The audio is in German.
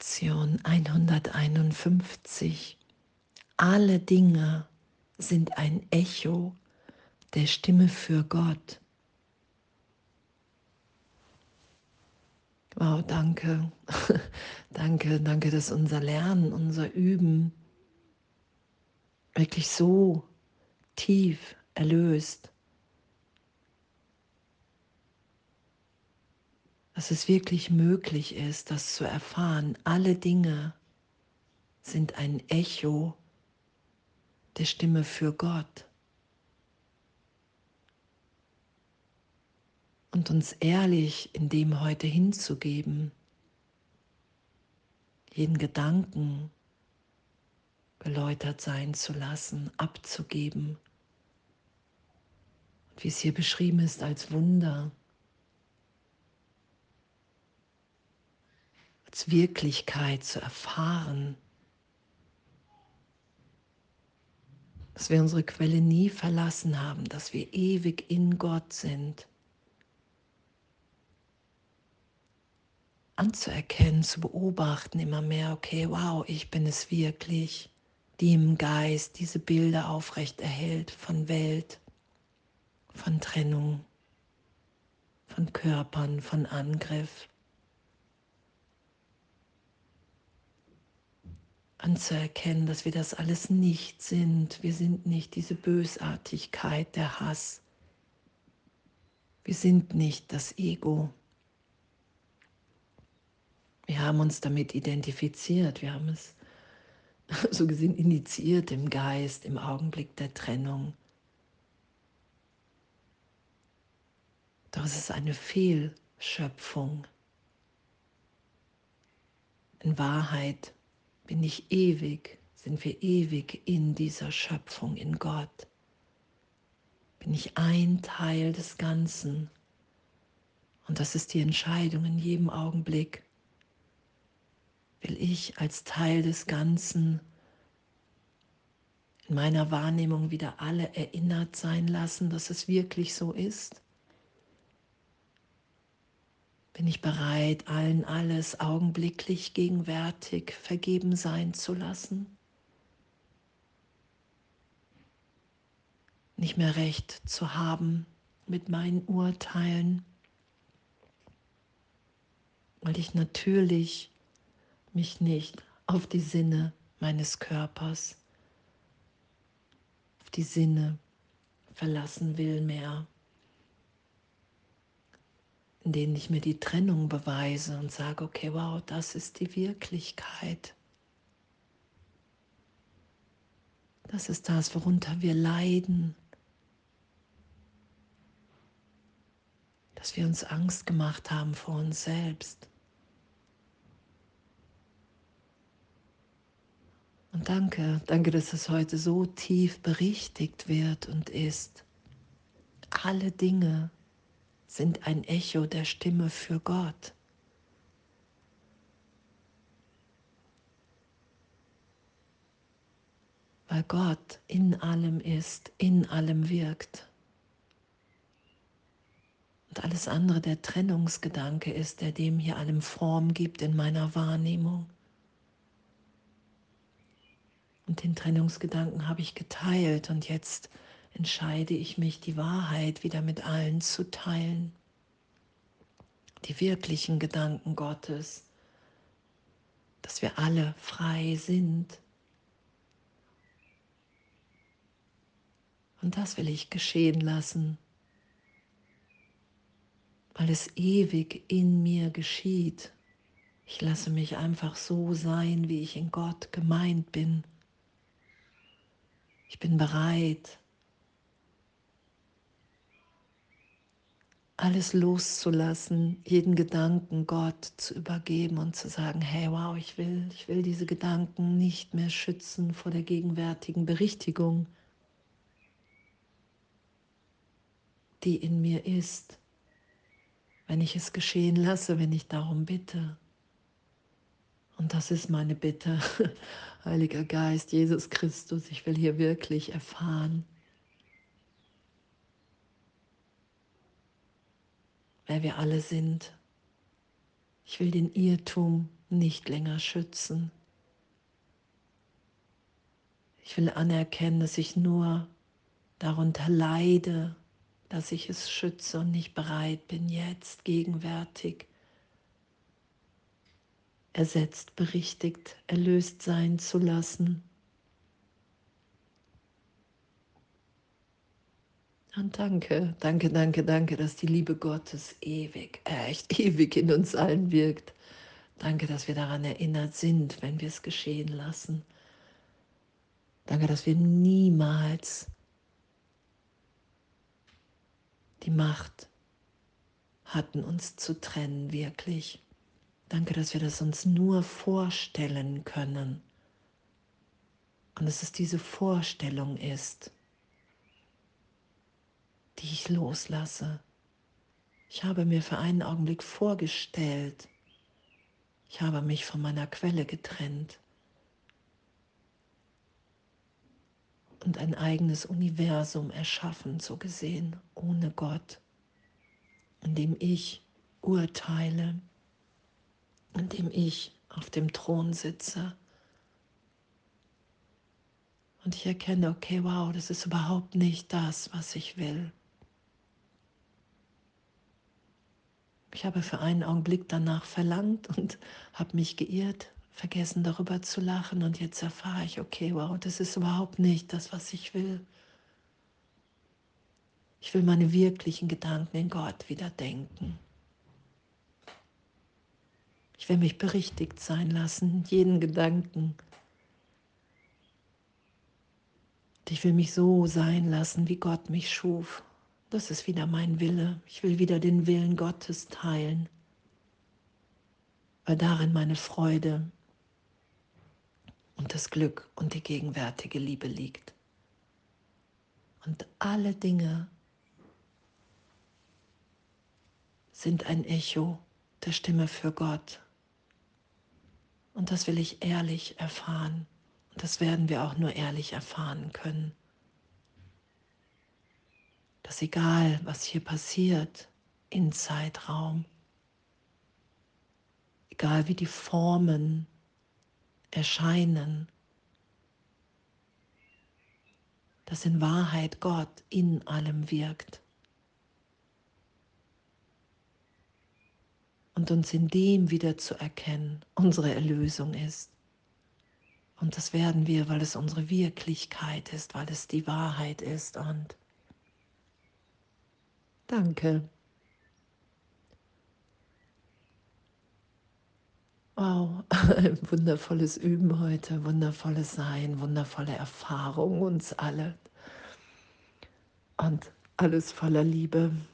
Lektion 151. Alle Dinge sind ein Echo der Stimme für Gott. Wow, danke. Danke, dass unser Lernen, unser Üben wirklich so tief erlöst, dass es wirklich möglich ist, das zu erfahren. Alle Dinge sind ein Echo der Stimme für Gott. Und uns ehrlich in dem heute hinzugeben, jeden Gedanken geläutert sein zu lassen, abzugeben. Und wie es hier beschrieben ist als Wunder, als Wirklichkeit zu erfahren, dass wir unsere Quelle nie verlassen haben, dass wir ewig in Gott sind. Anzuerkennen, zu beobachten immer mehr, okay, wow, ich bin es wirklich, die im Geist diese Bilder aufrecht erhält von Welt, von Trennung, von Körpern, von Angriff. Anzuerkennen, dass wir das alles nicht sind. Wir sind nicht diese Bösartigkeit, der Hass. Wir sind nicht das Ego. Wir haben uns damit identifiziert. Wir haben es so gesehen initiiert im Geist, im Augenblick der Trennung. Doch es ist eine Fehlschöpfung. In Wahrheit bin ich ewig, sind wir ewig in dieser Schöpfung, in Gott. Bin ich ein Teil des Ganzen. Und das ist die Entscheidung in jedem Augenblick. Will ich als Teil des Ganzen in meiner Wahrnehmung wieder alle erinnert sein lassen, dass es wirklich so ist? Bin ich bereit, allen alles augenblicklich gegenwärtig vergeben sein zu lassen? Nicht mehr recht zu haben mit meinen Urteilen, weil ich natürlich mich nicht auf die Sinne meines Körpers, auf die Sinne verlassen will mehr, in denen ich mir die Trennung beweise und sage, okay, wow, das ist die Wirklichkeit. Das ist das, worunter wir leiden. Dass wir uns Angst gemacht haben vor uns selbst. Und danke, dass es heute so tief berichtigt wird und ist. Alle Dinge sind ein Echo der Stimme für Gott. Weil Gott in allem ist, in allem wirkt. Und alles andere der Trennungsgedanke ist, der dem hier allem Form gibt in meiner Wahrnehmung. Und den Trennungsgedanken habe ich geteilt und jetzt entscheide ich mich, die Wahrheit wieder mit allen zu teilen. Die wirklichen Gedanken Gottes, dass wir alle frei sind. Und das will ich geschehen lassen, weil es ewig in mir geschieht. Ich lasse mich einfach so sein, wie ich in Gott gemeint bin. Ich bin bereit, alles loszulassen, jeden Gedanken Gott zu übergeben und zu sagen, hey, wow, ich will diese Gedanken nicht mehr schützen vor der gegenwärtigen Berichtigung, die in mir ist, wenn ich es geschehen lasse, wenn ich darum bitte. Und das ist meine Bitte, Heiliger Geist, Jesus Christus, ich will hier wirklich erfahren, wer wir alle sind. Ich will den Irrtum nicht länger schützen. Ich will anerkennen, dass ich nur darunter leide, dass ich es schütze und nicht bereit bin, jetzt gegenwärtig ersetzt, berichtigt, erlöst sein zu lassen. Und danke, danke, danke, danke, dass die Liebe Gottes ewig, echt ewig in uns allen wirkt. Danke, dass wir daran erinnert sind, wenn wir es geschehen lassen. Danke, dass wir niemals die Macht hatten, uns zu trennen, wirklich. Danke, dass wir das uns nur vorstellen können. Und dass es diese Vorstellung ist, die ich loslasse. Ich habe mir für einen Augenblick vorgestellt, ich habe mich von meiner Quelle getrennt und ein eigenes Universum erschaffen, so gesehen, ohne Gott, in dem ich urteile, in dem ich auf dem Thron sitze. Und ich erkenne, okay, wow, das ist überhaupt nicht das, was ich will. Ich habe für einen Augenblick danach verlangt und habe mich geirrt, vergessen darüber zu lachen. Und jetzt erfahre ich, okay, wow, das ist überhaupt nicht das, was ich will. Ich will meine wirklichen Gedanken in Gott wieder denken. Ich will mich berichtigt sein lassen, jeden Gedanken. Ich will mich so sein lassen, wie Gott mich schuf. Das ist wieder mein Wille. Ich will wieder den Willen Gottes teilen, weil darin meine Freude und das Glück und die gegenwärtige Liebe liegt. Und alle Dinge sind ein Echo der Stimme für Gott. Und das will ich ehrlich erfahren. Und das werden wir auch nur ehrlich erfahren können. Dass egal, was hier passiert, in Zeitraum, egal wie die Formen erscheinen, dass in Wahrheit Gott in allem wirkt und uns in dem wieder zu erkennen, unsere Erlösung ist. Und das werden wir, weil es unsere Wirklichkeit ist, weil es die Wahrheit ist. Und danke. Wow, ein wundervolles Üben heute, wundervolles Sein, wundervolle Erfahrung uns alle. Und alles voller Liebe.